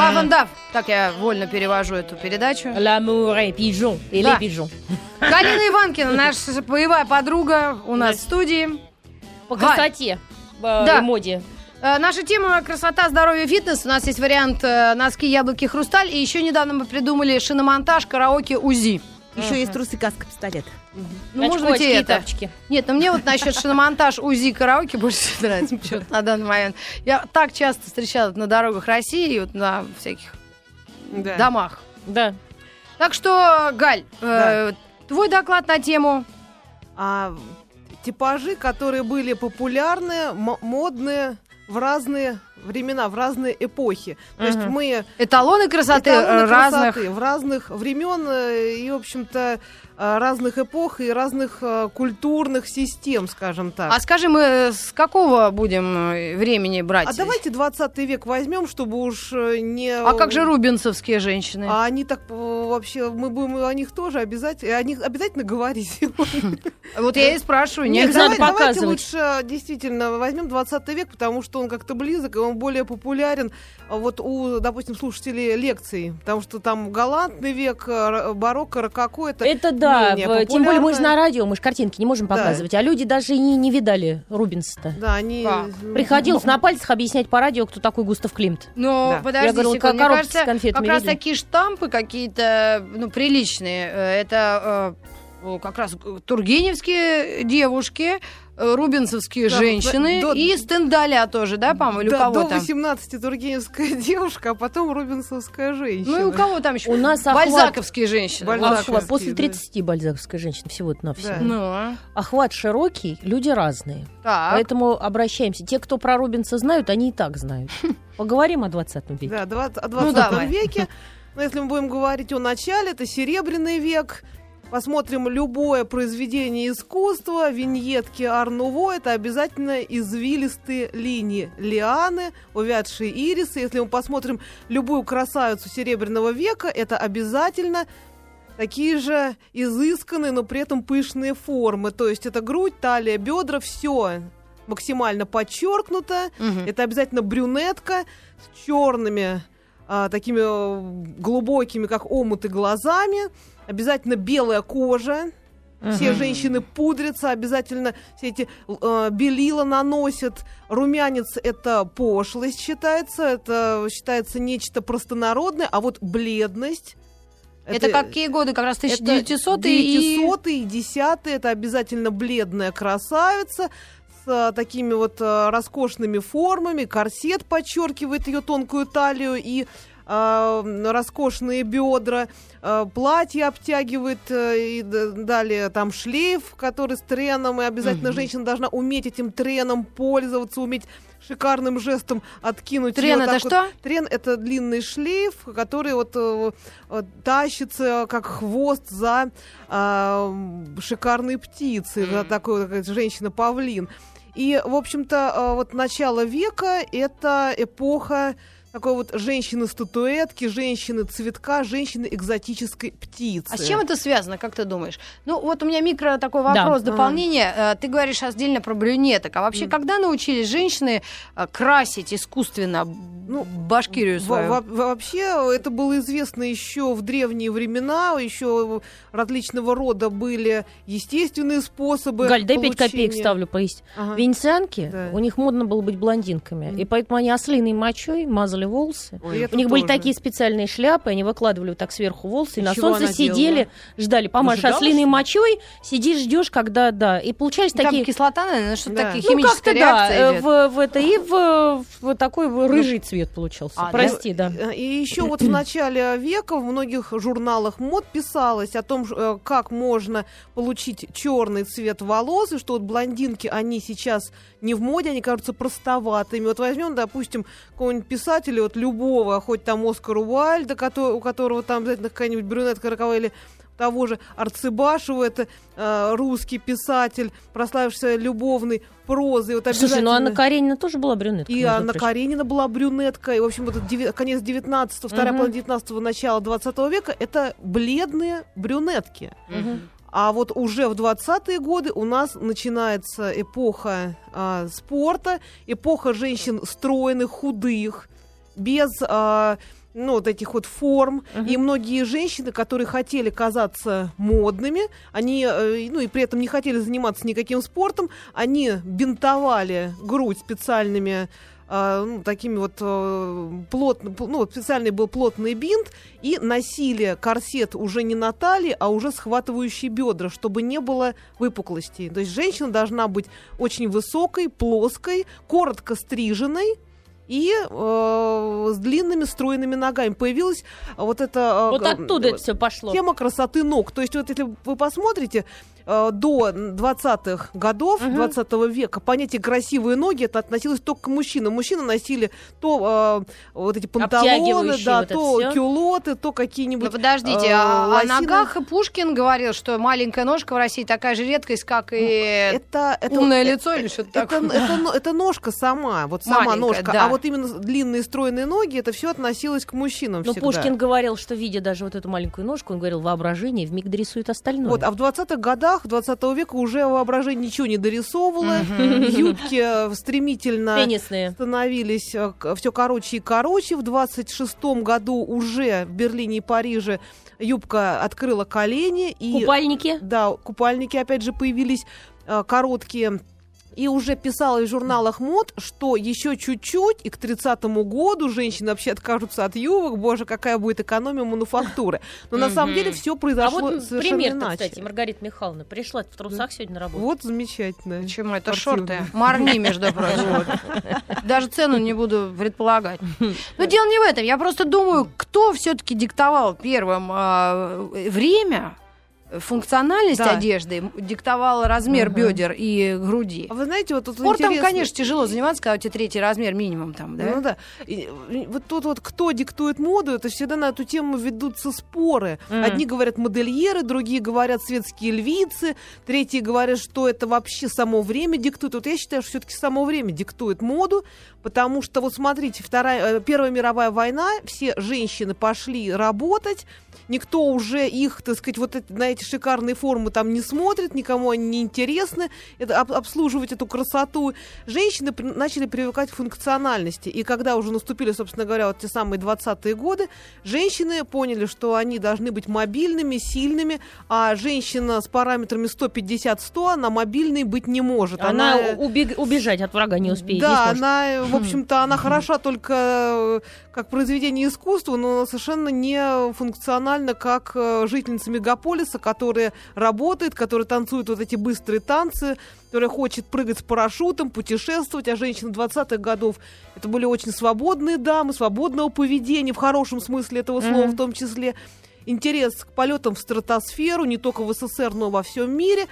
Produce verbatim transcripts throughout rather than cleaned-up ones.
Love and Dove. Так я вольно перевожу эту передачу. L'amour et pigeon. Et Да. les pigeons. Галина Иванкина, наша боевая подруга, у нас в студии. По красоте. э, Да. И моде. Э, Наша тема красота, здоровье, фитнес. У нас есть вариант э, носки, яблоки, хрусталь. И еще недавно мы придумали шиномонтаж, караоке, УЗИ. Еще есть трусы, каска, пистолет. Ну, может Очко, быть, и очки, это. тапочки. Нет, ну мне вот насчет шиномонтаж, УЗИ, караоке больше всего нравится почему-то на данный момент. Я так часто встречала на дорогах России, вот на всяких Да. домах. Да. Так что, Галь, э, твой доклад на тему... А, типажи, которые были популярны, м- модные в разные времена, в разные эпохи. То есть Мгм. мы Эталоны красоты эталоны разных... красоты в разных времен э, и, в общем-то, э, разных эпох и разных э, культурных систем, скажем так. А скажи, мы с какого будем э, времени брать? А давайте двадцатый век возьмем, чтобы уж э, не... А как же рубинсовские женщины? А они так э, вообще, мы будем о них тоже обязательно, о них обязательно говорить. Вот я и спрашиваю. Нет, Нет, надо давай- давайте показывать. лучше действительно возьмем двадцатый век, потому что он как-то близок, и он более популярен а, вот у, допустим, слушателей лекций, потому что там галантный век, р- барокко, рококо, это, Это да. менее в- Тем более мы же популярно. на радио, мы же картинки не можем Да. показывать. А люди даже и не, не видали Рубинса-то. Да, они... Как? Приходилось на пальцах объяснять по радио, кто такой Густав Климт. Ну, Да. подожди Я говорила, секунду. Мне коробки с кажется, конфетами как раз видели? такие штампы какие-то, ну, приличные. Э, Это э, как раз тургеневские девушки, э, рубинсовские Да, женщины до- и Стендаля тоже, да, по-моему, или у Да, кого до там? восемнадцати тургеневская девушка, а потом рубинсовская женщина. Ну и у кого там еще? У нас охват- Бальзаковские женщины. Баль- Вот. Бальзаковские, Охват. После да. тридцати бальзаковской женщины всего-то на все. Да. Ну, а? Охват широкий, люди разные. так. Поэтому обращаемся. Те, кто про Рубинса знают, они и так знают. Поговорим о двадцатом веке. Да, двадцать о Ну, двадцатом давай. веке. Но если мы будем говорить о начале, это Серебряный век. Посмотрим любое произведение искусства, виньетки ар-нуво, это обязательно извилистые линии, лианы, увядшие ирисы. Если мы посмотрим любую красавицу Серебряного века, это обязательно такие же изысканные, но при этом пышные формы. То есть это грудь, талия, бедра, все максимально подчеркнуто. Мгм. Это обязательно брюнетка с черными, а, такими э, глубокими, как омуты, глазами. Обязательно белая кожа. Все Мгм. женщины пудрятся, обязательно все эти э, белила наносят. Румянец — это пошлость считается, это считается нечто простонародное, а вот бледность... Это какие годы? Как раз это тысяча девятисотые и... девятисотые и десятые, это обязательно бледная красавица с а, такими вот а, роскошными формами. Корсет подчеркивает ее тонкую талию и а, роскошные бедра. А, платье обтягивает, а, и д- далее там шлейф, который с треном, и обязательно Мгм. женщина должна уметь этим треном пользоваться, уметь шикарным жестом откинуть Трен её это так вот. что? Трен — это длинный шлейф, который вот э, э, тащится как хвост за э, шикарной птицей, за такой вот, женщина-павлин. И, в общем-то, э, вот начало века — это эпоха такой вот женщины-статуэтки, женщины-цветка, женщины-экзотической птицы. А с чем это связано, как ты думаешь? Ну, вот у меня микро такой вопрос, Да. дополнение. Э, Ты говоришь отдельно про брюнеток. А вообще, когда научились женщины э, красить искусственно Ну, Башкирию Во- свою? во- вообще, это было известно еще в древние времена, еще различного рода были естественные способы Галь, дай пять копеек получения. ставлю поесть. Ага. Венецианки, Да. у них модно было быть блондинками. Мгм. И поэтому они ослиной мочой мазали волосы. И это У них были тоже. такие специальные шляпы, они выкладывали вот так сверху волосы, и И на чего солнце она сидели, делала? ждали. Помашь Выжигала, ослиной что ли? мочой, сидишь, ждешь, когда, да. И получались Там такие... кислота, наверное, что-то Да. такие Ну, химическая как-то, да, реакция э, идет. в, в это, и в, в такой в рыжий цвет получался. А, да? Прости, да. И еще вот в начале века в многих журналах мод писалось о том, э, как можно получить черный цвет волос, и что вот блондинки, они сейчас не в моде, они кажутся простоватыми. Вот возьмем, допустим, какого-нибудь писателя, вот любого, хоть там Оскара Уайльда, кото- у которого там обязательно какая-нибудь брюнетка роковая, или того же Арцебашева, это э, русский писатель, прославившийся любовной прозой. Вот Слушай, ну обязательно- Анна Каренина тоже была брюнетка. и между Анна прочим. Каренина была брюнетка. И, в общем, вот это деви- конец девятнадцатого, вторая Мгм. половина девятнадцатого, начало двадцатого века — это бледные брюнетки. Мгм. А вот уже в двадцатые годы у нас начинается эпоха а, спорта, эпоха женщин стройных, худых. без... Э, ну, вот этих вот форм, Uh-huh. и многие женщины, которые хотели казаться модными, они, э, ну, и при этом не хотели заниматься никаким спортом, они бинтовали грудь специальными, э, ну, такими вот э, плотно, ну, вот специальный был плотный бинт, и носили корсет уже не на талии, а уже схватывающий бедра, чтобы не было выпуклостей. То есть женщина должна быть очень высокой, плоской, коротко стриженной, и э, с длинными стройными ногами. Появилась вот эта... Э, Вот оттуда это все пошло. Тема красоты ног. То есть вот если вы посмотрите, э, до двадцатых годов, Мгм. двадцатого века, понятие «красивые ноги» это относилось только к мужчинам. Мужчины носили то э, вот эти панталоны, Обтягивающие да, вот это то всё. кюлоты, то какие-нибудь... Ну, подождите, э, а о лосины. ногах Пушкин говорил, что маленькая ножка в России такая же редкость, как и Это, это, умное это- лицо или что-то это, такое. это, но- это ножка сама, вот сама Маленькая, ножка. да. А вот именно длинные стройные ноги, это все относилось к мужчинам Но всегда. Пушкин говорил, что, видя даже вот эту маленькую ножку, он говорил, воображение вмиг дорисует остальное. Вот, а в двадцатых годах двадцатого века уже воображение ничего не дорисовывало, юбки стремительно Теннисные. становились все короче и короче. В двадцать шестом году уже в Берлине и Париже юбка открыла колени. И, Купальники. да, купальники опять же появились э, короткие. И уже писала в журналах мод, что еще чуть-чуть, и к тридцатому году женщины вообще откажутся от юбок. Боже, какая будет экономия мануфактуры. Но на самом деле все А произошло вот совершенно пример-то, иначе. кстати, Маргарита Михайловна пришла в трусах сегодня на работу. Вот замечательно. Почему? Это Спортивно. шорты. Марни, между прочим. Даже цену не буду предполагать. Но дело не в этом. Я просто думаю, кто все-таки диктовал первым а, время, функциональность Да. одежды, диктовал размер Мгм. бедер и груди. А вы знаете, вот тут Спортом, интересно- конечно, тяжело заниматься, когда у тебя третий размер минимум там, да? Ну да. И, и вот тут вот кто диктует моду, это всегда на эту тему ведутся споры. Мгм. Одни говорят модельеры, другие говорят светские львицы, третьи говорят, что это вообще само время диктует. Вот я считаю, что все-таки само время диктует моду, потому что вот смотрите, вторая, э, Первая мировая война, все женщины пошли работать, никто уже их, так сказать, вот эти- на эти шикарные формы там не смотрит, никому они не интересны, это, об- обслуживать эту красоту. Женщины при- начали привыкать к функциональности. И когда уже наступили, собственно говоря, вот те самые двадцатые годы, женщины поняли, что они должны быть мобильными, сильными, а женщина с параметрами сто пятьдесят сто, она мобильной быть не может. Она убег- убежать от врага не успеет. не Да, сможет. она, э, в общем-то, она хороша только э, как произведение искусства, но она совершенно не функциональна как э, жительница мегаполиса, которая работает, которая танцует вот эти быстрые танцы, которая хочет прыгать с парашютом, путешествовать, а женщины двадцатых годов это были очень свободные дамы, свободного поведения, в хорошем смысле этого слова, Мгм. в том числе интерес к полетам в стратосферу, не только в СССР, но во всем мире.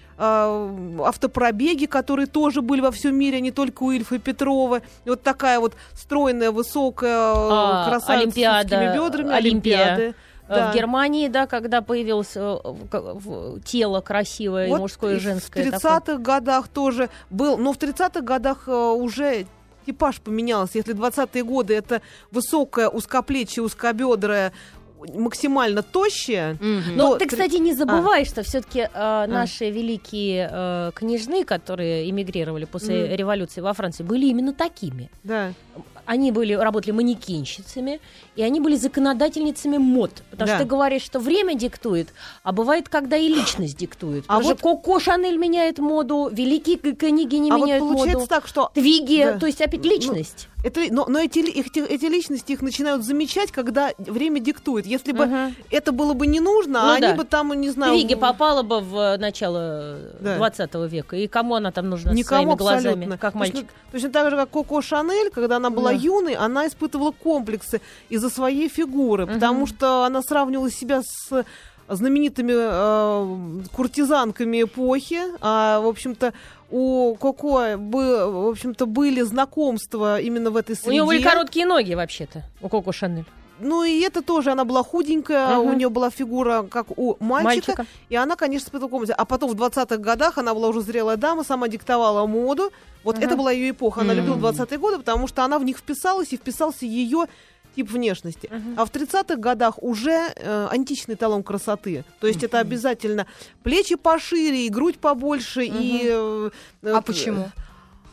А, автопробеги, которые тоже были во всем мире, а не только у Ильфа и Петрова. И вот такая вот стройная, высокая А, красавица Олимпиада, с узкими бедрами. Олимпия. Олимпиады. Э, Да. В Германии, да, когда появилось э, в- к- в- тело красивое, и Вот мужское, и и женское. В такое. тридцатых годах тоже был, но в тридцатых годах э, уже типаж поменялся. Если двадцатые годы это высокая, узкоплечья, узкобедрая, максимально тощая. Мгм. Но то ты, три- кстати, не забывай, что все-таки наши великие э, княжны, которые эмигрировали после Мгм. революции во Франции, были именно такими. Да. Они были, работали манекенщицами, и они были законодательницами мод. Потому Да. что ты говоришь, что время диктует, а бывает, когда и личность диктует. А Потому вот- что Коко Шанель меняет моду, великие к- княгини А вот меняют получается моду. так, что Твиги, Да. то есть опять Ну, личность. это, но, но эти, ли- их- те- эти личности их начинают замечать, когда время диктует. Если бы Мгм. это было бы не нужно, Ну а да. они бы там, не знаю... Твиги в- попала бы в начало Да. двадцатого века. И кому она там нужна Никому своими глазами, абсолютно. как мальчик? Точно, точно так же, как Коко Шанель, когда она была Да. юной, она испытывала комплексы из-за своей фигуры, Мгм. потому что она сравнивала себя с знаменитыми э, куртизанками эпохи, а, в общем-то, у Коко бы, в общем-то, были знакомства именно в этой У среде. нее были короткие ноги вообще-то, у Коко Шанель. Ну и это тоже, она была худенькая, Мгм. у нее была фигура, как у мальчика, Мальчика. и она, конечно, испытывала комплексы. А потом в двадцатых годах она была уже зрелая дама, сама диктовала моду. Вот Мгм. это была ее эпоха. Она Мгм. любила двадцатые годы, потому что она в них вписалась, и вписался ее тип внешности. Мгм. А в тридцатых годах уже э, античный эталон красоты. То есть это обязательно плечи пошире, и грудь побольше, и... э, А э, почему?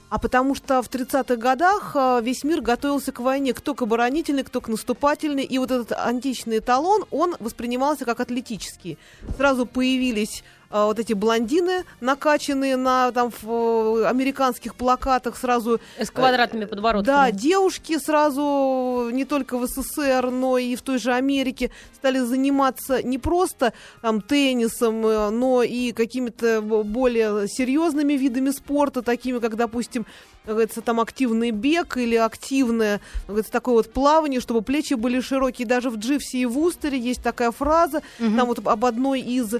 А потому что в тридцатых годах э, весь мир готовился к войне, кто к оборонительной, кто к наступательной, и вот этот античный эталон, он воспринимался как атлетический. Сразу появились э, вот эти блондины, накачанные на там, в, э, американских плакатах, сразу... С квадратными подбородками. Да, девушки сразу не только в СССР, но и в той же Америке стали заниматься не просто там, теннисом, э, но и какими-то более серьезными видами спорта, такими как, допустим, как говорится, там активный бег или активное, как говорится, такое вот плавание, чтобы плечи были широкие. Даже в Дживсе и Вустере есть такая фраза, угу. там вот об одной из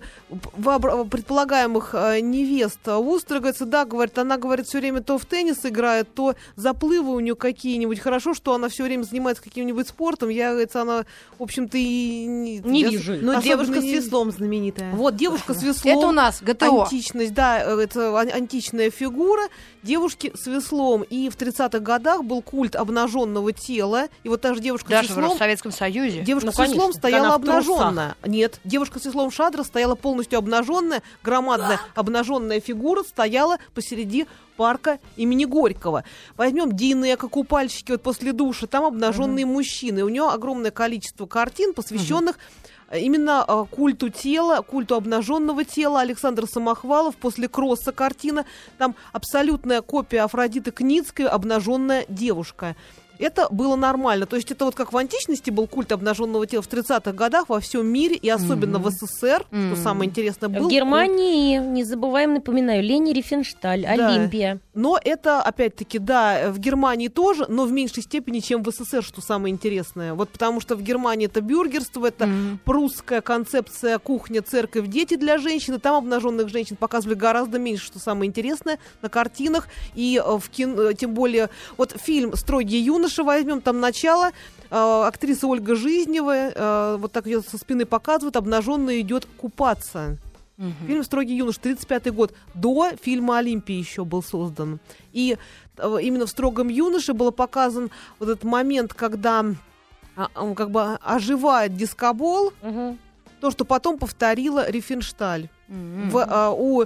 предполагаемых э, невест Вустера, говорится, да, говорит, она, говорит, все время то в теннис играет, то заплывы у нее какие-нибудь. Хорошо, что она все время занимается каким-нибудь спортом. Я, говорится, она, в общем-то, и не, не вижу. Но девушка не... с веслом знаменитая. Вот, девушка с веслом. Это у нас ГТО. Античность, да, это античная фигура. Девушки с веслом. И в тридцатых годах был культ обнаженного тела. И вот та же девушка Даже с веслом... в Советском Союзе. Девушка ну, с веслом конечно, стояла обнаженная. Нет, девушка с веслом шадра стояла полностью обнаженная. Громадная обнаженная фигура стояла посреди парка имени Горького. Возьмем Динека, купальщики вот после душа, там обнаженные uh-huh. мужчины. У него огромное количество картин, посвященных uh-huh. именно э, культу тела, культу обнаженного тела. Александр Самохвалов, после кросса картина, там абсолютная копия Афродиты Кницкой, обнаженная девушка. Это было нормально. То есть это вот как в античности был культ обнаженного тела в тридцатых годах во всем мире, и особенно mm-hmm. в СССР, mm-hmm. что самое интересное, был... В Германии, не забываем, напоминаю, Лени Рифеншталь, да. Олимпия. Но это, опять-таки, да, в Германии тоже, но в меньшей степени, чем в СССР, что самое интересное. Вот потому что в Германии это бюргерство, это mm-hmm. прусская концепция кухня, церковь, дети для женщин, и там обнаженных женщин показывали гораздо меньше, что самое интересное, на картинах, и в кино, тем более, вот фильм «Строгие юноши», возьмем там начало, э, актриса Ольга Жизнева, э, вот так ее со спины показывают, обнаженная идет купаться. Угу. Фильм «Строгий юноша», тридцать пятый год, до фильма «Олимпия» еще был создан. И э, именно в «Строгом юноше» был показан вот этот момент, когда э, э, как бы оживает дискобол, угу. то, что потом повторила Рифеншталь. Угу. В, э, у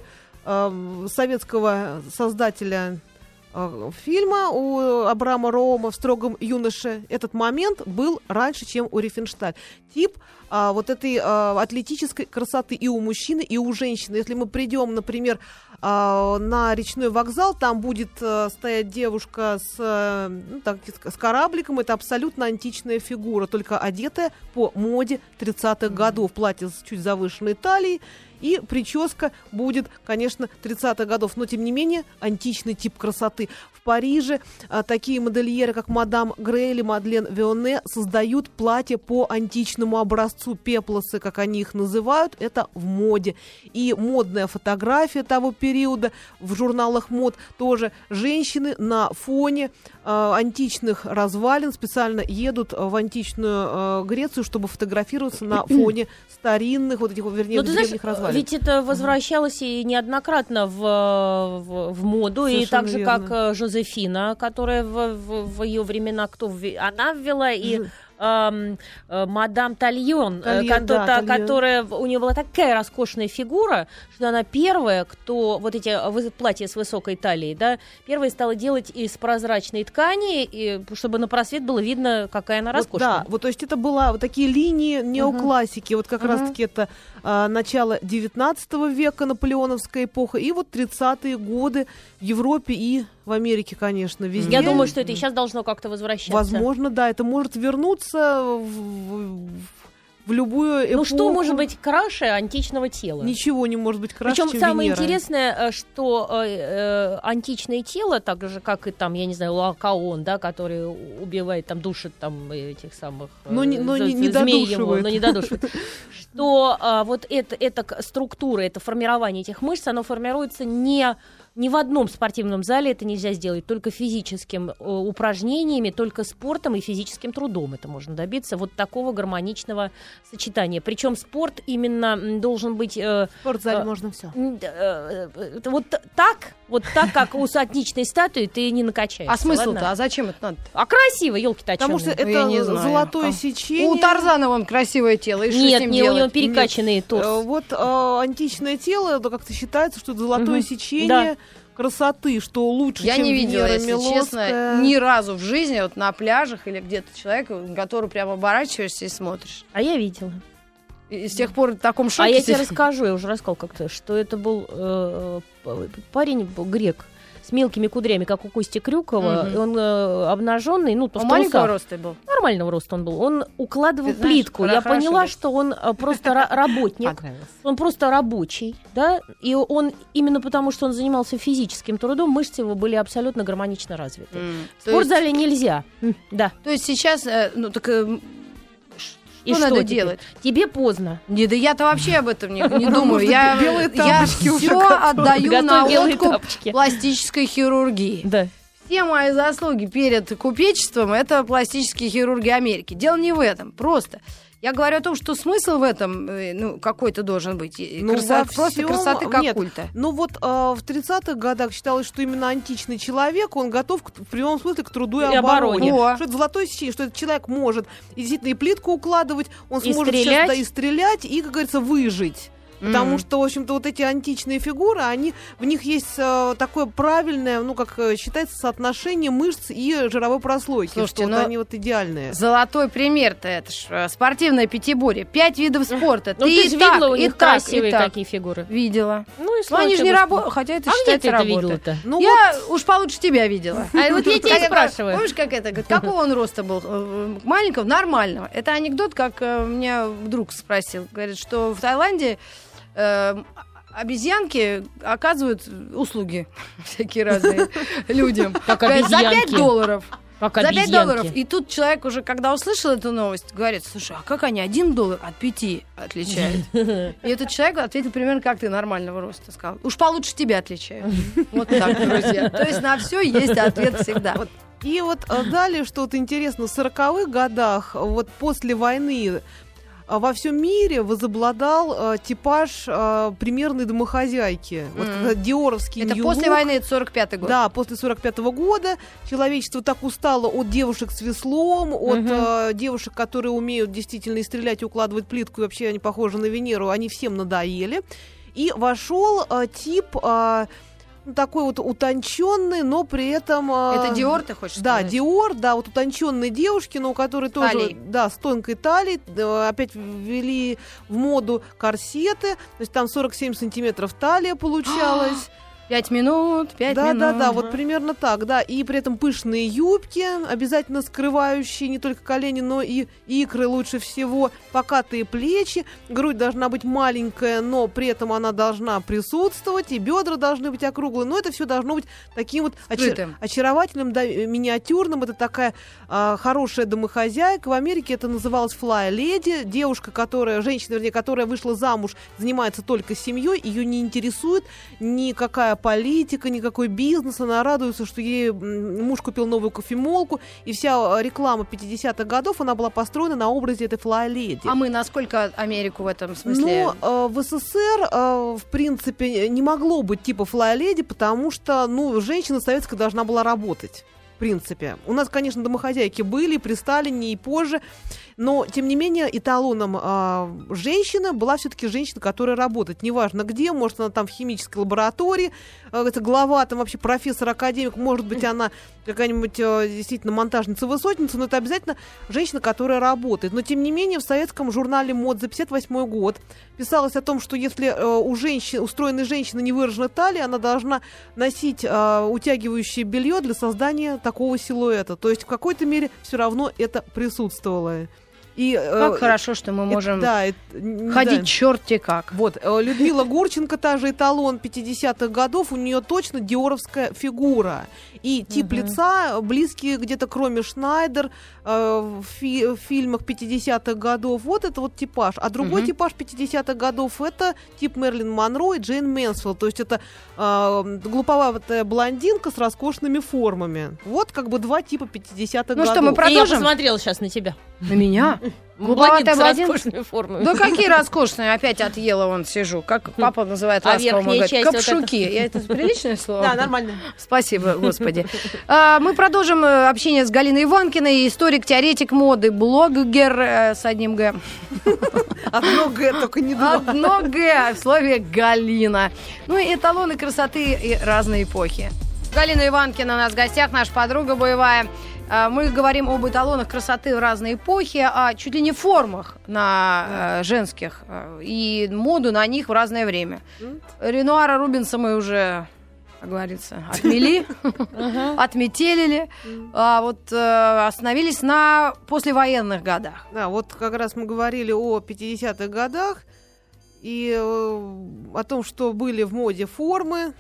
э, советского создателя фильма, у Абрама Роума в «Строгом юноше» этот момент был раньше, чем у Рифеншталь. Тип а, вот этой а, атлетической красоты и у мужчины, и у женщины. Если мы придем, например, а, на речной вокзал, там будет а, стоять девушка с, а, ну, так, с корабликом. Это абсолютно античная фигура, только одетая по моде тридцатых годов. Платье с чуть завышенной талией. И прическа будет, конечно, тридцатых годов, но, тем не менее, античный тип красоты. В Париже а, такие модельеры, как мадам Грей или Мадлен Вионе, создают платья по античному образцу. Пеплосы, как они их называют, это в моде. И модная фотография того периода в журналах мод тоже. Женщины на фоне а, античных развалин специально едут в античную а, Грецию, чтобы фотографироваться на фоне старинных, вот этих, вернее, ну, древних знаешь, развалин. Ведь это возвращалось и неоднократно в, в, в моду, совершенно и так же, верно. Как Жозефина, которая в, в, в ее времена, кто вве... она ввела, и э, э, мадам Тальон, Тальон, ко- да, та, Тальон. Которая, у нее была такая роскошная фигура, что она первая, кто вот эти платья с высокой талией, да, первая стала делать из прозрачной ткани, и, чтобы на просвет было видно, какая она роскошная. Вот, да, вот, то есть это была вот такие линии неоклассики, uh-huh. вот как uh-huh. раз-таки это а, начало девятнадцатого века, наполеоновская эпоха, и вот тридцатые годы в Европе и в Америке, конечно, везде. Я думаю, что это и сейчас должно как-то возвращаться. Возможно, да, это может вернуться в, в, в любую эпоху. Ну что может быть краше античного тела? Ничего не может быть краше, Причем чем самое Венера. интересное, что э, э, античное тело, так же, как и там, я не знаю, Лакаон, да, который убивает, там, душит там этих самых э, но не, но за, не, не змей додушивает. Его, но не додушивает. Что э, вот это, эта структура, это формирование этих мышц, оно формируется не... Ни в одном спортивном зале это нельзя сделать, только физическим э, упражнениями, только спортом и физическим трудом это можно добиться вот такого гармоничного сочетания. Причем спорт именно должен быть... Э, в спортзале э, можно все. Э, э, вот так, вот так, как у античной статуи, ты не накачаешься. А смысл-то? А зачем это надо? А красиво, елки-то Потому что это я не знаю. золотое Как? сечение. У Тарзана вон красивое тело. И что Нет, с ним не, у делать? него перекачанный Нет. торс. Вот э, античное тело, это как-то считается, что это золотое Угу. сечение. Да. красоты, что лучше, Я чем не видела, Венера если Милоская. честно, ни разу в жизни вот на пляжах или где-то человека, на который прямо оборачиваешься и смотришь. А я видела. И с тех пор в таком шоке. А я тебе сидишь. расскажу, я уже рассказал как-то, что это был э, парень, был грек, с мелкими кудрями, как у Кости Крюкова. Мгм. И он э, обнаженный, ну, то Он в маленького трусах. роста был. Нормального роста он был. Он укладывал Ты знаешь, плитку. Я хорошо поняла, говоришь. что он э, просто ра- работник. Понравилось. Он просто рабочий, да, и он именно потому, что он занимался физическим трудом, мышцы его были абсолютно гармонично развиты. М. В То есть, спортзале нельзя, М, да. то есть сейчас, э, ну так э, И что надо теперь? делать? Тебе поздно. Не, да я-то вообще об этом не, не думаю. Я, белые я тапочки уже все готовы. отдаю Готовь на белые откуп тапочки. пластической хирургии. Да. Все мои заслуги перед купечеством — это пластические хирурги Америки. Дело не в этом, просто. Я говорю о том, что смысл в этом э, ну, какой-то должен быть. И Ну, краса- во просто всём- красоты как нет, культа. Ну вот э, в тридцатых годах считалось, что именно античный человек, он готов к, в прямом смысле к труду и, И обороне. обороне. О. Что это золотое сечение, что этот человек может и действительно и плитку укладывать, он И сможет стрелять. сейчас, да, и стрелять, и, как говорится, выжить. Потому Мгм. что, в общем-то, вот эти античные фигуры, они, в них есть э, такое правильное, ну, как э, считается, соотношение мышц и жировой прослойки. Слушайте, что ну, вот они вот идеальные. Золотой пример-то это ж э, спортивное пятиборье. Пять видов спорта. Ну, ты, ты и же так, видела у и них так, красивые и так. какие фигуры. Видела. Ну, и Ну, слава они же тебе, не Господи. работают, хотя это А где считается ты это работа. видела-то? Ну, Я уж получше тебя видела. А вот я тебя и Как- спрашиваю. Помнишь, как это? Говорит, какого он роста был? Э, Маленького? Нормального. Это анекдот, как э, меня друг спросил. Говорит, что в Таиланде э, обезьянки оказывают услуги всякие разные людям. Как Говорит, за обезьянки. пять долларов. Как За пять обезьянки. долларов. И тут человек уже, когда услышал эту новость, говорит, слушай, а как они один доллар от пяти отличают? И этот человек ответил примерно как ты, нормального роста. Сказал, уж получше тебя отличают. Вот так, друзья. То есть на все есть ответ всегда. И вот э, далее, что вот интересно, в сороковых годах, вот после войны, а, во всем мире возобладал э, типаж э, примерной домохозяйки. Вот Мгм. когда диоровский Это нью-лук. после войны, это сорок пятый год. Да, после сорок пятого года человечество так устало от девушек с веслом, от Мгм. э, девушек, которые умеют действительно и стрелять, и укладывать плитку, и вообще они похожи на Венеру, они всем надоели. И вошел э, тип э, ну, такой вот утонченный, но при этом... э, Это Диор, ты хочешь Да, сказать? Диор, да, вот утонченные девушки, но у которой тоже, Талией. да, с тонкой талией, э, опять ввели в моду корсеты, то есть там сорок семь сантиметров талия получалась. Пять минут, пять Да, минут. да, да, вот примерно так, да. И при этом пышные юбки, обязательно скрывающие не только колени, но и икры лучше всего, покатые плечи, грудь должна быть маленькая, но при этом она должна присутствовать, и бедра должны быть округлые, но это все должно быть таким вот очар- Скрытым. очаровательным, да, миниатюрным. Это такая а, хорошая домохозяйка. В Америке это называлось fly lady, девушка, которая, женщина, вернее, которая вышла замуж, занимается только семьей, ее не интересует никакая политика, никакой бизнес, она радуется, что ей м, муж купил новую кофемолку, и вся э, реклама пятидесятых годов, она была построена на образе этой флай-леди. А мы насколько Америку в этом смысле? Ну, э, в СССР, э, в принципе, не могло быть типа флай-леди, потому что, ну, женщина советская должна была работать. В принципе. У нас, конечно, домохозяйки были при Сталине и позже, но, тем не менее, эталоном э, женщины была все-таки женщина, которая работает. Неважно где, может, она там в химической лаборатории, э, это глава, там вообще профессор-академик, может быть, она какая-нибудь э, действительно монтажница-высотница, но это обязательно женщина, которая работает. Но, тем не менее, в советском журнале «Мод» за пятьдесят восьмой год писалось о том, что если э, у женщин, у стройной женщины не выражена талия, она должна носить э, утягивающее белье для создания такого силуэта. То есть в какой-то мере все равно это присутствовало. И, Как э, хорошо, что мы это- можем да, это- н- ходить да. черти как. Вот, э, Людмила Гурченко, та же эталон пятидесятых годов, у нее точно диоровская фигура. И тип Мгм. лица близкий где-то к Роме Шнайдер э, в, фи- в фильмах пятидесятых годов. Вот это вот типаж. А другой Мгм. типаж пятидесятых годов — это тип Мэрилин Монро и Джейн Мэнсфилд. То есть это э, глуповатая блондинка с роскошными формами. Вот как бы два типа пятидесятых Ну годов. что, мы И я продолжим? посмотрела сейчас на тебя. На меня? Глуповатая Блондинка с блондинка? роскошными формами. Да какие роскошные, опять отъела вон сижу. Как папа называет А ласково, он верхняя говорит, часть вот капшуки. Я это приличное слово? Да, нормально. Спасибо, Господи. А, мы продолжим э, общение с Галиной Иванкиной, историк, теоретик моды, блогер э, с одним Г. Одно Г, только не два. Одно Г в слове Галина. Ну и эталоны красоты и разные эпохи. Галина Иванкина у нас в гостях, наша подруга боевая. А, Мы говорим об эталонах красоты в разные эпохи, о чуть ли не формах на э, женских э, и моду на них в разное время. Ренуара Рубенса мы уже, как говорится, отмели, отметелили, а вот э, остановились на послевоенных годах. Да, вот как раз мы говорили о пятидесятых годах и э, о том, что были в моде формы.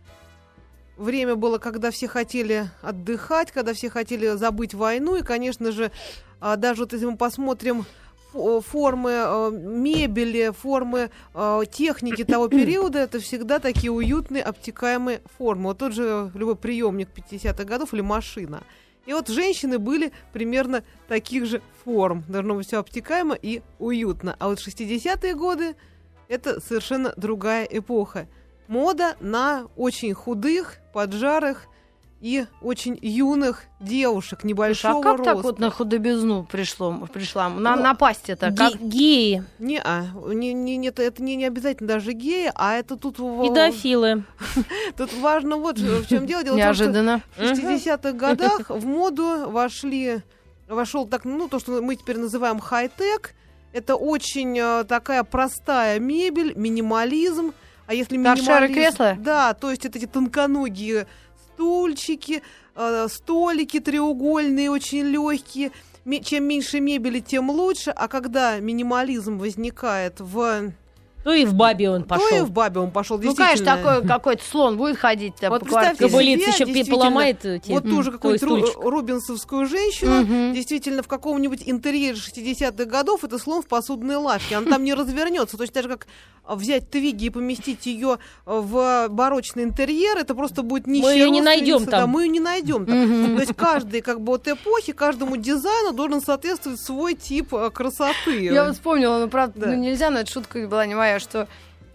Время было, когда все хотели отдыхать, когда все хотели забыть войну. И, конечно же, а, даже вот если мы посмотрим фо- формы э, мебели, формы э, техники того периода, это всегда такие уютные, обтекаемые формы. Вот тот же любой приемник пятидесятых годов или машина. И вот женщины были примерно таких же форм. Должно быть все обтекаемо и уютно. А вот шестидесятые годы – это совершенно другая эпоха. Мода на очень худых, поджарых и очень юных девушек небольшого А как роста. так вот на худобизну пришло, пришла? На, Ну, напасть это как? Ге- Геи, Не, а, не, не, нет, это не, не обязательно даже геи, а это тут, в- педофилы. тут важно вот в чем дело. Дело в том, что Неожиданно. в шестидесятых годах в моду вошли, вошел так, ну, то, что мы теперь называем хай-тек. Это очень э, такая простая мебель, минимализм. А если Торшеры минимализм... кресла? Да, то есть это эти тонконогие стульчики, э, столики треугольные, очень легкие. Ме- чем меньше мебели, тем лучше. А когда минимализм возникает в... То и в бабе он То и пошел. в бабе он пошел, Ну, конечно, действительно. такой какой-то слон будет ходить там Вот по представьте квартире. себе, Кобылица еще действительно, поломает те- Вот тоже твой какую-то ру- стульчик. рубинсовскую женщину, Мгм. действительно, в каком-нибудь интерьере шестидесятых годов это слон в посудной лавке. Она там не развернется. Точно так же, как взять Твиги и поместить ее в барочный интерьер, это просто будет нищая её не родственница. найдем Да, там. мы ее не найдем там. Мгм. То есть каждой как бы вот эпохи, каждому дизайну должен соответствовать свой тип э, красоты. Я вот вспомнила, ну, правда, Да. ну, нельзя, но эта шутка была не моя, что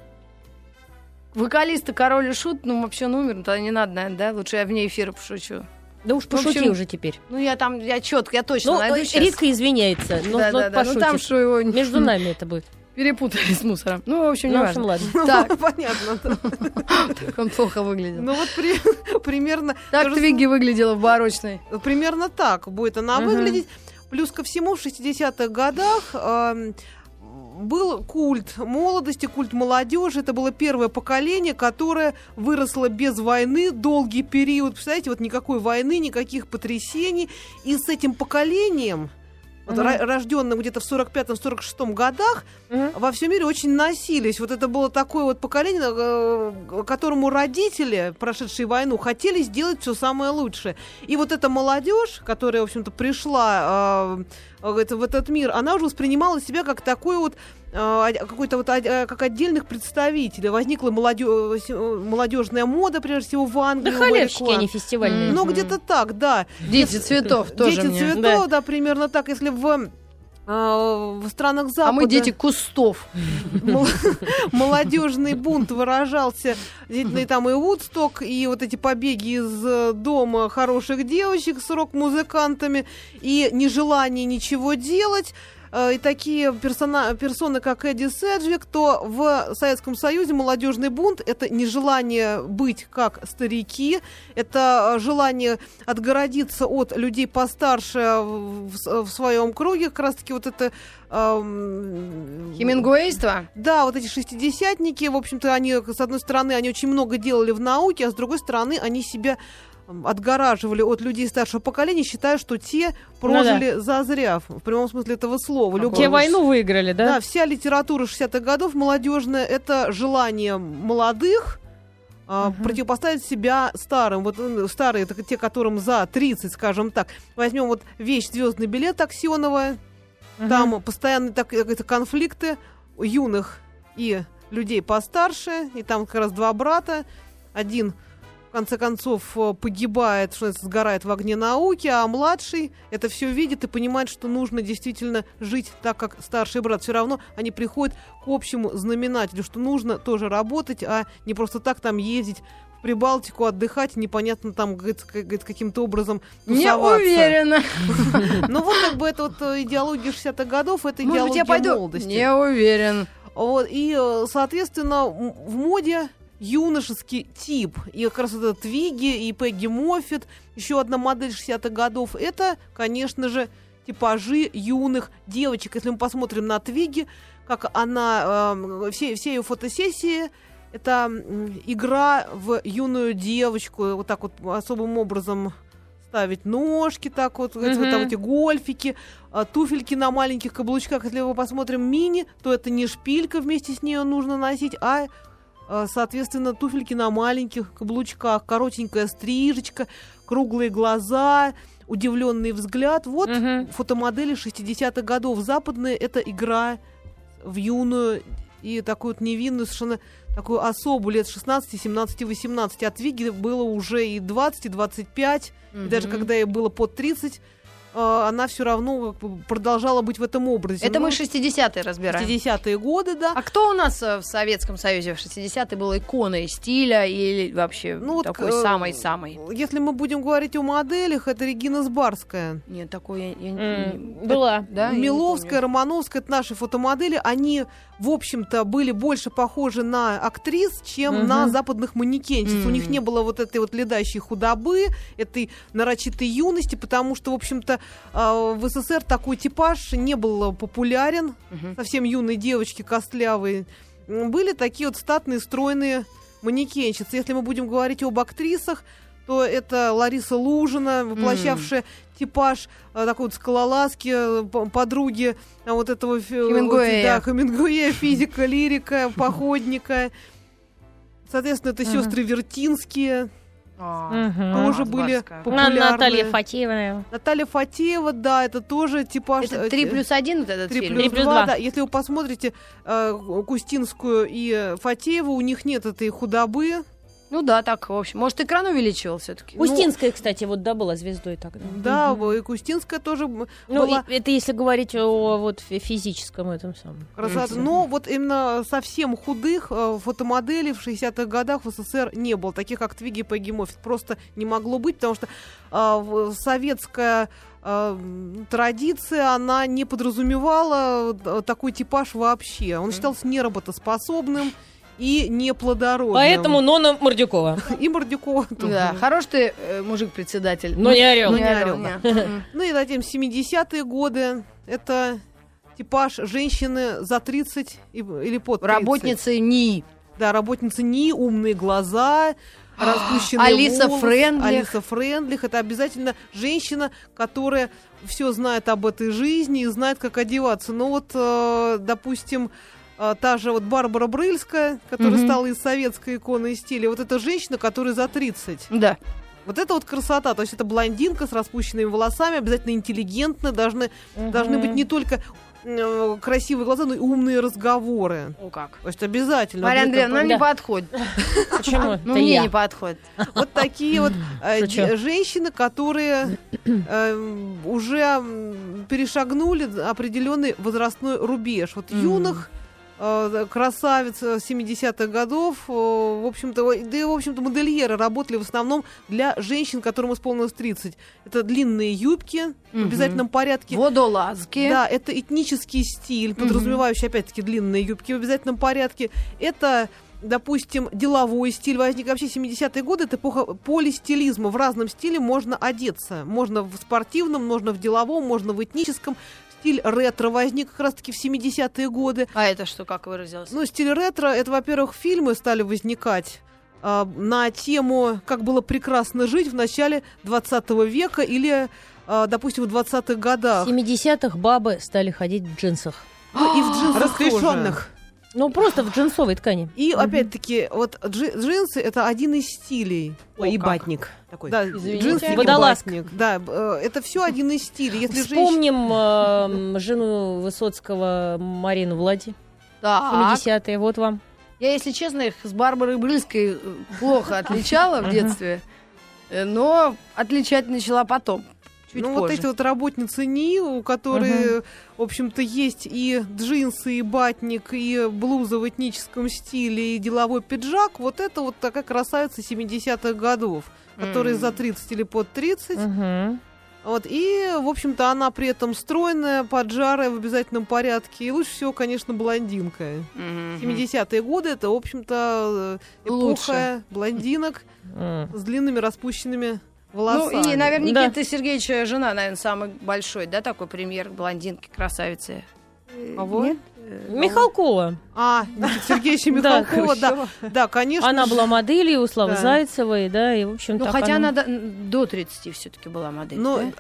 вокалиста Король и Шут, ну, вообще он умер, ну, тогда не надо, наверное, да? Лучше я вне эфира пошучу. Да уж В пошути общем, уже теперь. Ну, я там, я четко, я точно Ну, найду сейчас. Ритка извиняется, но, да, но да, да. Ну, пошутит. там что его Между нами это будет. перепутали с мусором. Ну, в общем, не Ну, в общем, важно. ладно. Так, Понятно. да. так он плохо выглядел. Ну вот при- примерно... Так то же Твиги выглядела в барочной. Примерно так будет она Мгм. выглядеть. Плюс ко всему, в шестидесятых годах эм, был культ молодости, культ молодежи. Это было первое поколение, которое выросло без войны долгий период. Представляете, вот никакой войны, никаких потрясений. И с этим поколением, вот, Мгм. ра- рожденным где-то в сорок пятом — сорок шестом годах, Мгм. во всем мире очень носились. Вот это было такое вот поколение, э, которому родители, прошедшие войну, хотели сделать все самое лучшее. И вот эта молодежь, которая, в общем-то, пришла э, это- в этот мир, она уже воспринимала себя как такой вот э, какой-то вот од- э, как отдельных представителей. Возникла молодё- э, молодежная мода, прежде всего, в Англии. Да у халявщики, Барри они Клан. фестивальные. Ну, Мгм. где-то так, да. Дети цветов тоже Дети мне. цветов, да. примерно так. Если в, э, в странах Запада... А мы дети кустов. Мол- молодежный бунт выражался действительно и там и Вудсток, и вот эти побеги из э, дома хороших девочек с рок-музыкантами, и нежелание ничего делать. Э, И такие персона, персоны, как Эдди Седжвик, то в Советском Союзе молодежный бунт — это нежелание быть как старики, это э, желание отгородиться от людей постарше в, в своем круге, как раз-таки вот это... эм, Хемингуэйство? да, вот эти шестидесятники, в общем-то, они, с одной стороны, они очень много делали в науке, а с другой стороны, они себя м, отгораживали от людей старшего поколения, считая, что те прожили зазря, в прямом смысле этого слова. Какого Те Ой, войну выиграли, да? Да, вся литература шестидесятых годов молодежная — это желание молодых а, Мгм. противопоставить себя старым. Вот м, старые — это те, которым за тридцать, скажем так. Возьмем вот вещь «Звездный билет» Аксенова. Мгм. Там постоянные так, это конфликты юных и людей постарше. И там как раз два брата. Один в конце концов погибает, что это сгорает в огне науки, а младший это все видит и понимает, что нужно действительно жить так, как старший брат. Все равно они приходят к общему знаменателю, что нужно тоже работать, а не просто так там ездить в Прибалтику, отдыхать, непонятно там, говорит, говорит, каким-то образом тусоваться. Не уверена. Ну вот как бы это вот идеология шестидесятых годов, это Может быть, я идеология пойду? молодости. Не уверен. Вот, и, соответственно, в моде юношеский тип. И как раз это Твигги и Пегги Моффит, еще одна модель шестидесятых годов, это, конечно же, типажи юных девочек. Если мы посмотрим на Твигги, как она, э, все, все ее фотосессии, это игра в юную девочку, вот так вот особым образом ставить ножки, так вот, mm-hmm. вот там эти гольфики, туфельки на маленьких каблучках. Если мы посмотрим Мини, то это не шпилька вместе с ней нужно носить, а, соответственно, туфельки на маленьких каблучках, коротенькая стрижечка, круглые глаза, удивленный взгляд. Вот mm-hmm. фотомодели шестидесятых годов. Западные — это игра в юную и такую вот невинную, совершенно такую особу лет шестнадцати, семнадцати, восемнадцати. От Твигги было уже и двадцать, и двадцать пять, mm-hmm. и даже когда ей было под тридцать, э, она все равно продолжала быть в этом образе. Это ну, мы шестидесятые разбираем. шестидесятые годы, да. А кто у нас в Советском Союзе в шестидесятые был иконой стиля или вообще ну, такой вот, самый-самый? Если мы будем говорить о моделях, это Регина Сбарская. Нет, такой я, я mm, не... была. Да, Миловская, Романовская — это наши фотомодели. Они, в общем-то, были больше похожи на актрис, чем uh-huh. на западных манекенщиц. Mm-hmm. У них не было вот этой вот ледащей худобы, этой нарочитой юности, потому что, в общем-то, в СССР такой типаж не был популярен. Uh-huh. Совсем юные девочки, костлявые. Были такие вот статные, стройные манекенщицы. Если мы будем говорить об актрисах, то это Лариса Лужина, воплощавшая mm. типаж а, такой вот скалолазки, подруги а, вот этого Хемингуэя. Вот, да, Хемингуэя, физика, лирика, походника. Соответственно, это uh-huh. сестры Вертинские. Uh-huh. Тоже uh-huh. были Сбарская. популярны. Наталья Фатеева. Наталья Фатеева, да, это тоже типаж. Это три плюс один вот этот три фильм? плюс три плюс два, два. да. Если вы посмотрите э, Кустинскую и Фатееву, у них нет этой худобы. Ну да, так, в общем. Может, экран увеличивал все-таки? Устинская, кстати, вот, да, была звездой тогда. Да, угу. и Кустинская тоже ну, была. И, это если говорить о вот, физическом этом самом. Красота. Но вот именно совсем худых э, фотомоделей в шестидесятых годах в СССР не было. Таких, как Твигги и Пегги Моффит. Просто не могло быть, потому что э, советская э, традиция, она не подразумевала такой типаж вообще. Он считался неработоспособным и неплодородным. Поэтому Нона Мордюкова. И Мордюкова. Да, хорош ты э, мужик-председатель. Но не орел. Но не орел, да. Ну и затем семидесятые годы. Это типаж женщины за тридцать или под тридцать. Работницы НИИ. Да, работницы НИИ, умные глаза, распущенные Алиса волосы. Френдлих. Алиса Френдлих. Это обязательно женщина, которая все знает об этой жизни и знает, как одеваться. Ну вот, э, допустим, та же вот Барбара Брыльская, которая mm-hmm. стала из советской иконы стиля. Вот эта женщина, которая за тридцать. Да. Вот это вот красота. То есть это блондинка с распущенными волосами, обязательно интеллигентная, должны, mm-hmm. должны быть не только э, красивые глаза, но и умные разговоры. О, как. То есть обязательно. Мария Андреевна, нам да. не подходит. Почему? Ну, мне не подходит. Вот такие вот женщины, которые уже перешагнули определенный возрастной рубеж. Вот юных красавиц семидесятых годов, в общем-то, да и, в общем-то, модельеры работали в основном для женщин, которым исполнилось тридцать. Это длинные юбки в обязательном порядке. Водолазки. Да, это этнический стиль, подразумевающий, опять-таки, длинные юбки в обязательном порядке. Это, допустим, деловой стиль возник. Вообще семидесятые годы — это эпоха полистилизма. В разном стиле можно одеться. Можно в спортивном, можно в деловом, можно в этническом. Стиль ретро возник как раз-таки в семидесятые годы. А это что, как выразилось? Ну, стиль ретро — это, во-первых, фильмы стали возникать э, на тему «Как было прекрасно жить» в начале двадцатого века или, э, допустим, в двадцатых годах. В семидесятых бабы стали ходить в джинсах. Ну, и в джинсах Расклешенных. тоже. Ну, просто в джинсовой ткани. И, опять-таки, вот джи- джинсы — это один из стилей. Ой, и батник такой. Да, Извините. джинсы и Водолазка. батник. Да, э, это все один из стилей. Если Вспомним э, жену Высоцкого Марину Влади. Так. семидесятые, вот вам. Я, если честно, их с Барбарой Брыльской плохо отличала в детстве, но отличать начала потом. Чуть ну, позже. вот эти вот работницы НИИ, у которых, uh-huh. в общем-то, есть и джинсы, и батник, и блуза в этническом стиле, и деловой пиджак, вот это вот такая красавица семидесятых годов, которые mm. за тридцать или под тридцать. Uh-huh. Вот, и, в общем-то, она при этом стройная, поджарая, в обязательном порядке. И лучше всего, конечно, блондинка. Mm-hmm. семидесятые годы — это, в общем-то, эпоха лучше. Блондинок mm. с длинными распущенными волосами. Ну, и, наверное, да. Никита Сергеевича жена, наверное, самый большой, да, такой премьер блондинки, красавицы. Кого? Нет? Михалкова. А, Никита Сергеевича Михалкова, да, да, конечно. Она была моделью у Славы да. Зайцевой, да, и, в общем, ну, так хотя она... она до, до тридцати все-таки была модель, Но да?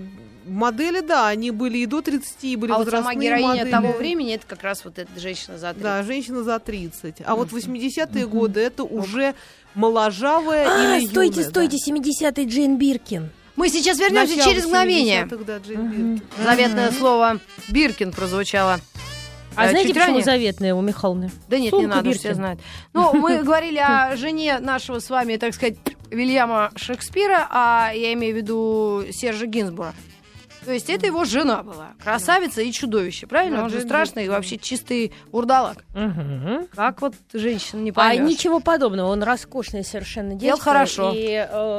модели, да, они были и до тридцати, и были а возрастные вот сама героиня модели. того времени, это как раз вот эта женщина за тридцать. Да, женщина за тридцать. А вот восьмидесятые годы это уже моложавая а, или стойте, юная, стойте, да. семидесятый Джейн Биркин. Мы сейчас вернемся Начало через мгновение. семидесятых, да, Джейн Биркин. Заветное слово Биркин прозвучало. А Э, знаете, чуть почему ранее? заветная у Михайловны? Да нет, Сумка не надо, Биркин. все знают. Ну, мы говорили о жене нашего с вами, так сказать, Вильяма Шекспира, а я имею в виду Сержа Гинзбура. То есть это его жена была. Красавица и чудовище, правильно? Да, Он же Джейн страшный и Биркин. вообще чистый урдалак. Угу. Как вот женщина не А поймешь. ничего подобного, он роскошный совершенно Ел дядька, хорошо. и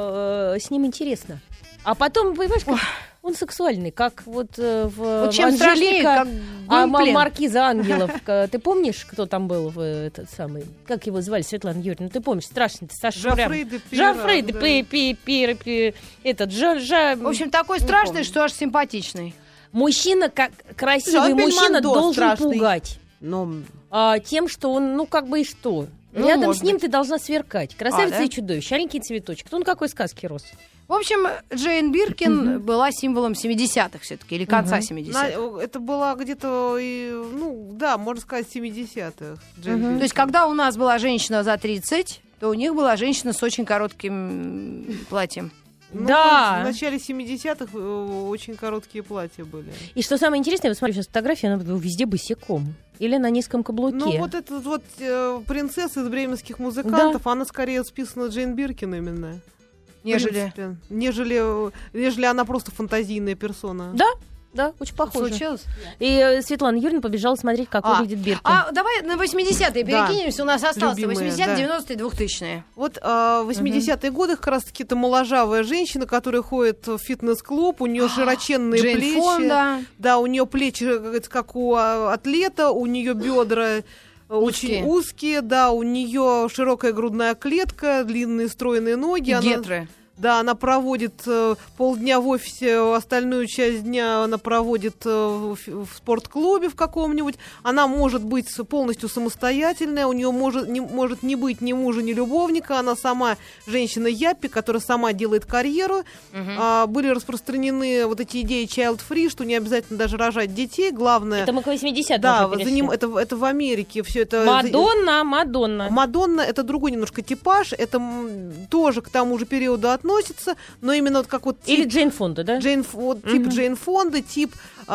э, с ним интересно. А потом, понимаешь, как он сексуальный, как вот э, в Вот чем страшнее, Анжелика, как а, Гуинплен. Маркиза Ангелов. К- Ты помнишь, кто там был в этот самый, как его звали, Светлана Юрьевна? Ты помнишь, страшный, ты Саша Шурям. Жофрей де Пейрак, Жофрей де да. Пей- Пей- Пей- Пей- этот, Жа- Жа- В общем, такой не страшный, помню. что аж симпатичный. Мужчина, как красивый Жан мужчина, Бельмондо должен страшный. пугать. Ну, А, тем, что он, ну, как бы и что. Ну, Рядом может с ним быть. ты должна сверкать. Красавица А, да? и чудовище, аленький цветочек. Он какой сказки рос. В общем, Джейн Биркин была символом семидесятых все-таки, или конца Мгм. семидесятых. На- это была где-то, и, ну, да, можно сказать, семидесятых. Джейн Мгм. Биркин. То есть, когда у нас была женщина за тридцать, то у них была женщина с очень коротким платьем. Ну, Да. В начале семидесятых э, очень короткие платья были. И что самое интересное, я вот смотрю сейчас фотографии, она везде босиком. Или на низком каблуке. Ну, вот эта вот э, принцесса из бременских музыкантов, она скорее списана Джейн Биркин именно. В Нежели... принципе. Нежели, э, нежели она просто фантазийная персона. Да, да, очень похоже. Случилось? И э, Светлана Юрьевна побежала смотреть, как А, выглядит Биркин. А давай на восьмидесятые Да. перекинемся, у нас осталось Любимые, восьмидесятые, да. девяностые, двухтысячные. Вот э, в восьмидесятые годы как раз-таки это моложавая женщина, которая ходит в фитнес-клуб, у нее широченные Джейн плечи. Фонда. Да, у нее плечи как говорится, как у а, атлета, у нее бедра э, Узкие. очень узкие, да, у нее широкая грудная клетка, длинные стройные ноги. И Она- гетры. Да, она проводит э, полдня в офисе, остальную часть дня она проводит э, в, в спортклубе в каком-нибудь. Она может быть полностью самостоятельная, у нее может не, может не быть ни мужа, ни любовника. Она сама женщина-яппи, которая сама делает карьеру. Мгм. А, были распространены вот эти идеи child-free, что не обязательно даже рожать детей. Главное... Это мы к восьмидесятым да, уже за перешли. ним, это, это в Америке все это... Мадонна, Мадонна. Мадонна — это другой немножко типаж, это м, тоже к тому же периоду относится, но именно вот как вот тип, Или Джейн Фонда, да? Джейн, Ф- вот тип Мгм. Джейн Фонды, тип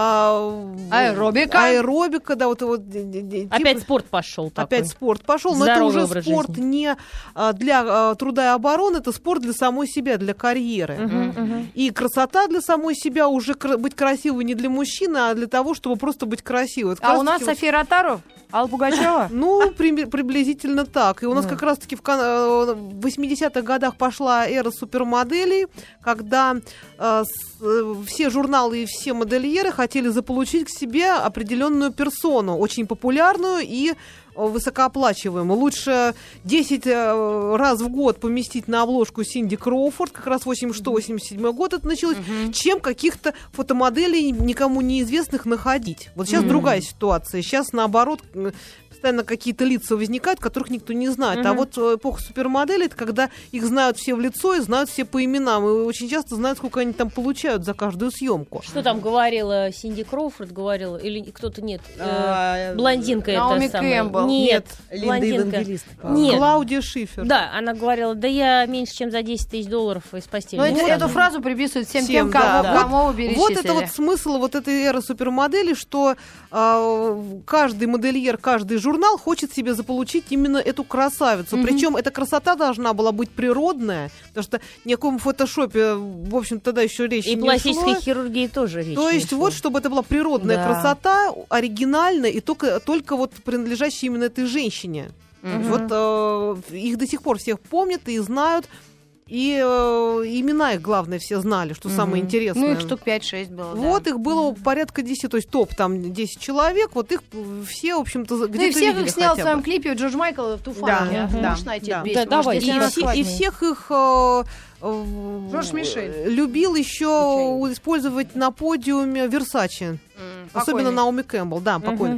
а, Аэробика. аэробика, да, вот, вот д- д- д- тип- Опять спорт пошел такой. опять спорт пошел, но это Здоровый уже образ спорт жизни. не а, для а, труда и обороны, это спорт для самой себя, для карьеры. Мгм, мгм. И красота для самой себя уже кра- быть красивой не для мужчины, а для того, чтобы просто быть красивой. Это как А у нас раз-таки вот- София Ротару, Алла Пугачева. Ну, при- приблизительно так. И у нас Мгм. как раз-таки в, кон- э, в восьмидесятых годах пошла эра супермоделей, когда э, с- э, все журналы и все модельеры хотели заполучить к себе определенную персону, очень популярную и э, высокооплачиваемую. Лучше десять э, раз в год поместить на обложку Синди Кроуфорд, как раз восемьдесят шестой восемьдесят седьмой год это началось, Мгм. чем каких-то фотомоделей никому неизвестных находить. Вот сейчас Мгм. другая ситуация. Сейчас, наоборот, э, постоянно какие-то лица возникают, которых никто не знает. А Мгм. вот э, эпоха супермоделей — это когда их знают все в лицо и знают все по именам. И очень часто знают, сколько они там получают за каждую съемку. Что там говорила Синди Кроуфорд, говорила, или кто-то нет? Э, а, блондинка Наоми эта самая. Кэмпбелл. Нет, Линда блондинка. Евангелист. Нет. Клаудия Шифер. Да, она говорила, да я меньше, чем за десять тысяч долларов из постели. Но не это- стану. эту фразу приписывают всем, Всем, тем, кого, да. кому вы перечислили. Вот это вот смысл вот этой эры супермоделей, что э, каждый модельер, каждый журнал хочет себе заполучить именно эту красавицу. Мгм. Причем эта красота должна была быть природная, потому что ни о каком фотошопе, в общем, тогда еще речи И не пластической шло. хирургии тоже речь То не есть шло. вот, чтобы это была природная Да. красота, оригинальная, и только, только вот принадлежащая именно этой женщине. Мгм. Вот э, их до сих пор всех помнят и знают, и э, имена их, главное, все знали, что самое Мгм. интересное. Ну, их штук пять-шесть было, да. Вот их было порядка десяти, то есть топ там десять человек, вот их все, в общем-то, Ну и где-то всех видели их снял в хотя своем бы. клипе Джордж Майкл в Туфане. Да, Можешь да, найти да. эту песню? Да, Может, давай. если И, она все- и схватит. всех их э, э, Жорж Мишель. любил еще использовать на подиуме Версачи. М, Особенно покойный. Наоми Кэмпбелл, да, покойный. Мгм.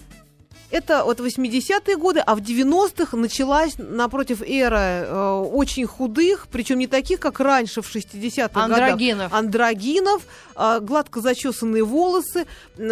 Это вот восьмидесятые годы, а в девяностых началась, напротив, эра э, очень худых, причем не таких, как раньше в шестидесятых годах. Андрогинов. Андрогинов, э, гладко зачесанные волосы,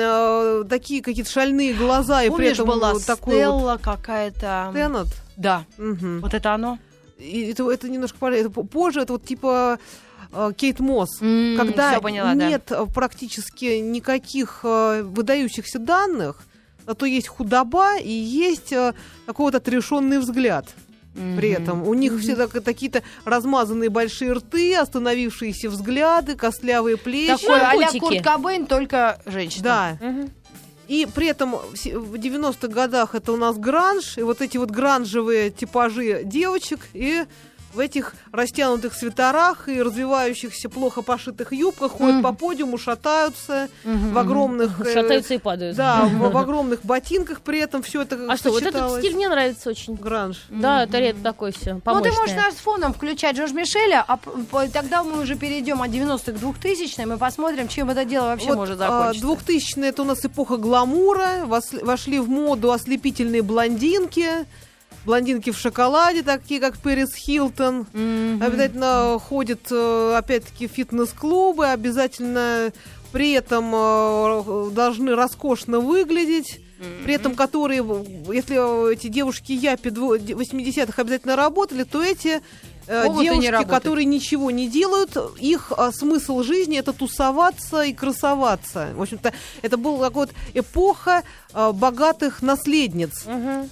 э, такие какие-то шальные глаза, и при Помнишь, этом была вот такой Стелла какая-то? вот Теннет. Да. Мгм. Вот это оно? И это, это немножко пора- это позже, это вот типа э, Кейт Мосс. М, Когда всё поняла, да. нет э, практически никаких э, выдающихся данных, зато есть худоба и есть э, такой вот отрешенный взгляд. При Мгм. этом у них все так- такие-то размазанные большие рты, остановившиеся взгляды, костлявые плечи. Такой а-ля Шампутики. Курт Кобейн, только женщина. Да. Мгм. И при этом в се- в девяностых годах это у нас гранж, и вот эти вот гранжевые типажи девочек, и в этих растянутых свитерах и развивающихся плохо пошитых юбках ходят Мгм. по подиуму, шатаются Мгм. в огромных... э, Шатаются и падают. Да, в, в огромных ботинках при этом все это А что, вот этот сочеталось. стиль мне нравится очень. Гранж. Да, это редко такой все. Ну, ты можешь наш с фоном включать Джордж Мишеля, а п- п- тогда мы уже перейдем от девяностых к двухтысячным и посмотрим, чем это дело вообще Вот, может а, закончиться. двухтысячные это у нас эпоха гламура, вос- вошли в моду ослепительные блондинки, блондинки в шоколаде, такие как Пэрис Хилтон. Мгм. Обязательно ходят, э, опять-таки, в фитнес-клубы, обязательно при этом э, должны роскошно выглядеть, при этом которые, если э, эти девушки япи дво- де- восьмидесятых обязательно работали, то эти э, Могут и не девушки, работать. которые ничего не делают, их э, смысл жизни — это тусоваться и красоваться. В общем-то, это была вот эпоха э, богатых наследниц. Мгм.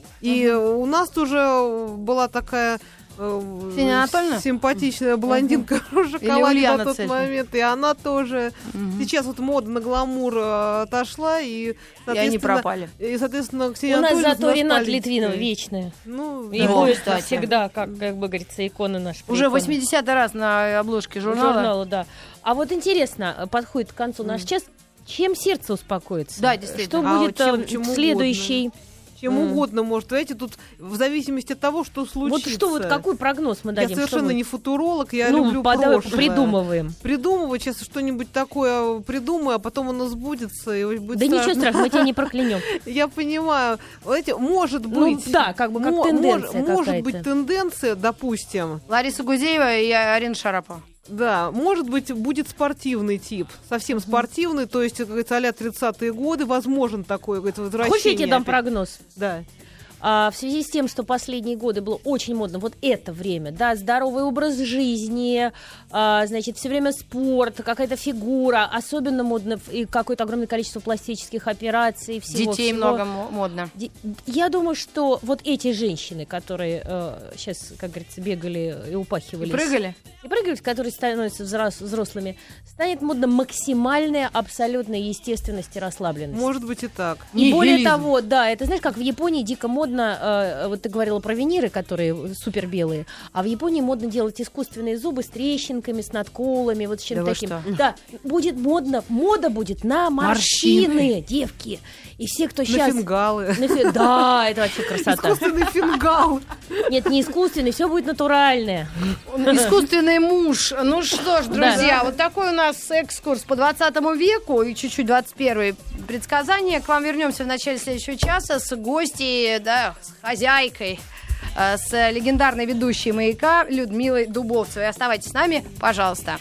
И э, у нас тоже была такая э, Ксения Анатольевна? симпатичная блондинка в шоколаде Ульяна на тот Цельфман? момент, и она тоже. Мгм. Сейчас вот мода на гламур э, отошла, и, И они соответственно, пропали. и, соответственно, Ксения У нас Анатольевна зато Ренат политика. Литвинов вечная. Ну, И да. О, будет кстати. всегда, как, как бы говорится, икона наша. Уже икона. восьмидесятый раз на обложке журнала. Журнала, да. А вот интересно, подходит к концу наш час, чем сердце успокоится? Да, действительно. Что А будет вот чем- э, чем следующий? Чем М. угодно может. Знаете, тут в зависимости от того, что Вот случится. что, вот какой прогноз мы Я дадим? Что совершенно будет? не футуролог, я ну, люблю по- давай прошлое. придумываем. Придумывать, сейчас что-нибудь такое придумаю, а потом оно сбудется, и будет Да ничего страшно. страшного, мы тебя не проклянем. Я понимаю. Знаете, может Ну, быть... да, как бы как мо- тенденция мож- Может какая-то. быть тенденция, допустим, Лариса Гузеева и Арина Шарапова. да, может быть, будет спортивный тип, совсем спортивный, то есть, как говорится, а-ля тридцатые годы, возможен такой, говорится, возвращение. Хочешь, я тебе дам опять. прогноз? Да. А, в связи с тем, что последние годы было очень модно, вот это время, да, здоровый образ жизни, а, значит, все время спорт, какая-то фигура, особенно модно ф- и какое-то огромное количество пластических операций, всего, Детей всего. много мо- модно. Де- Я думаю, что вот эти женщины, которые сейчас, как говорится, бегали и упахивались, И прыгали? и прыгали, которые становятся взрос- взрослыми, станет модно максимальная абсолютная естественность и расслабленность. Может быть и так. И более Нигилизм. того, да, это знаешь, как в Японии дико модно, э, вот ты говорила про виниры, которые супер белые, а в Японии модно делать искусственные зубы с трещинками, с надколами, вот с чем-то Да вы таким. что? Да, будет модно, мода будет на морщины, Морщины. девки. И все, кто На сейчас... фингалы. Да, это вообще красота. Искусственный фингал. Нет, не искусственный, все будет натуральное. Искусственный муж. Ну что ж, друзья, Да. вот такой у нас экскурс по двадцатому веку и чуть-чуть двадцать первый предсказания. К вам вернемся в начале следующего часа с гостьей, да, с хозяйкой, э, с легендарной ведущей «Маяка» Людмилой Дубовцевой. Оставайтесь с нами, пожалуйста.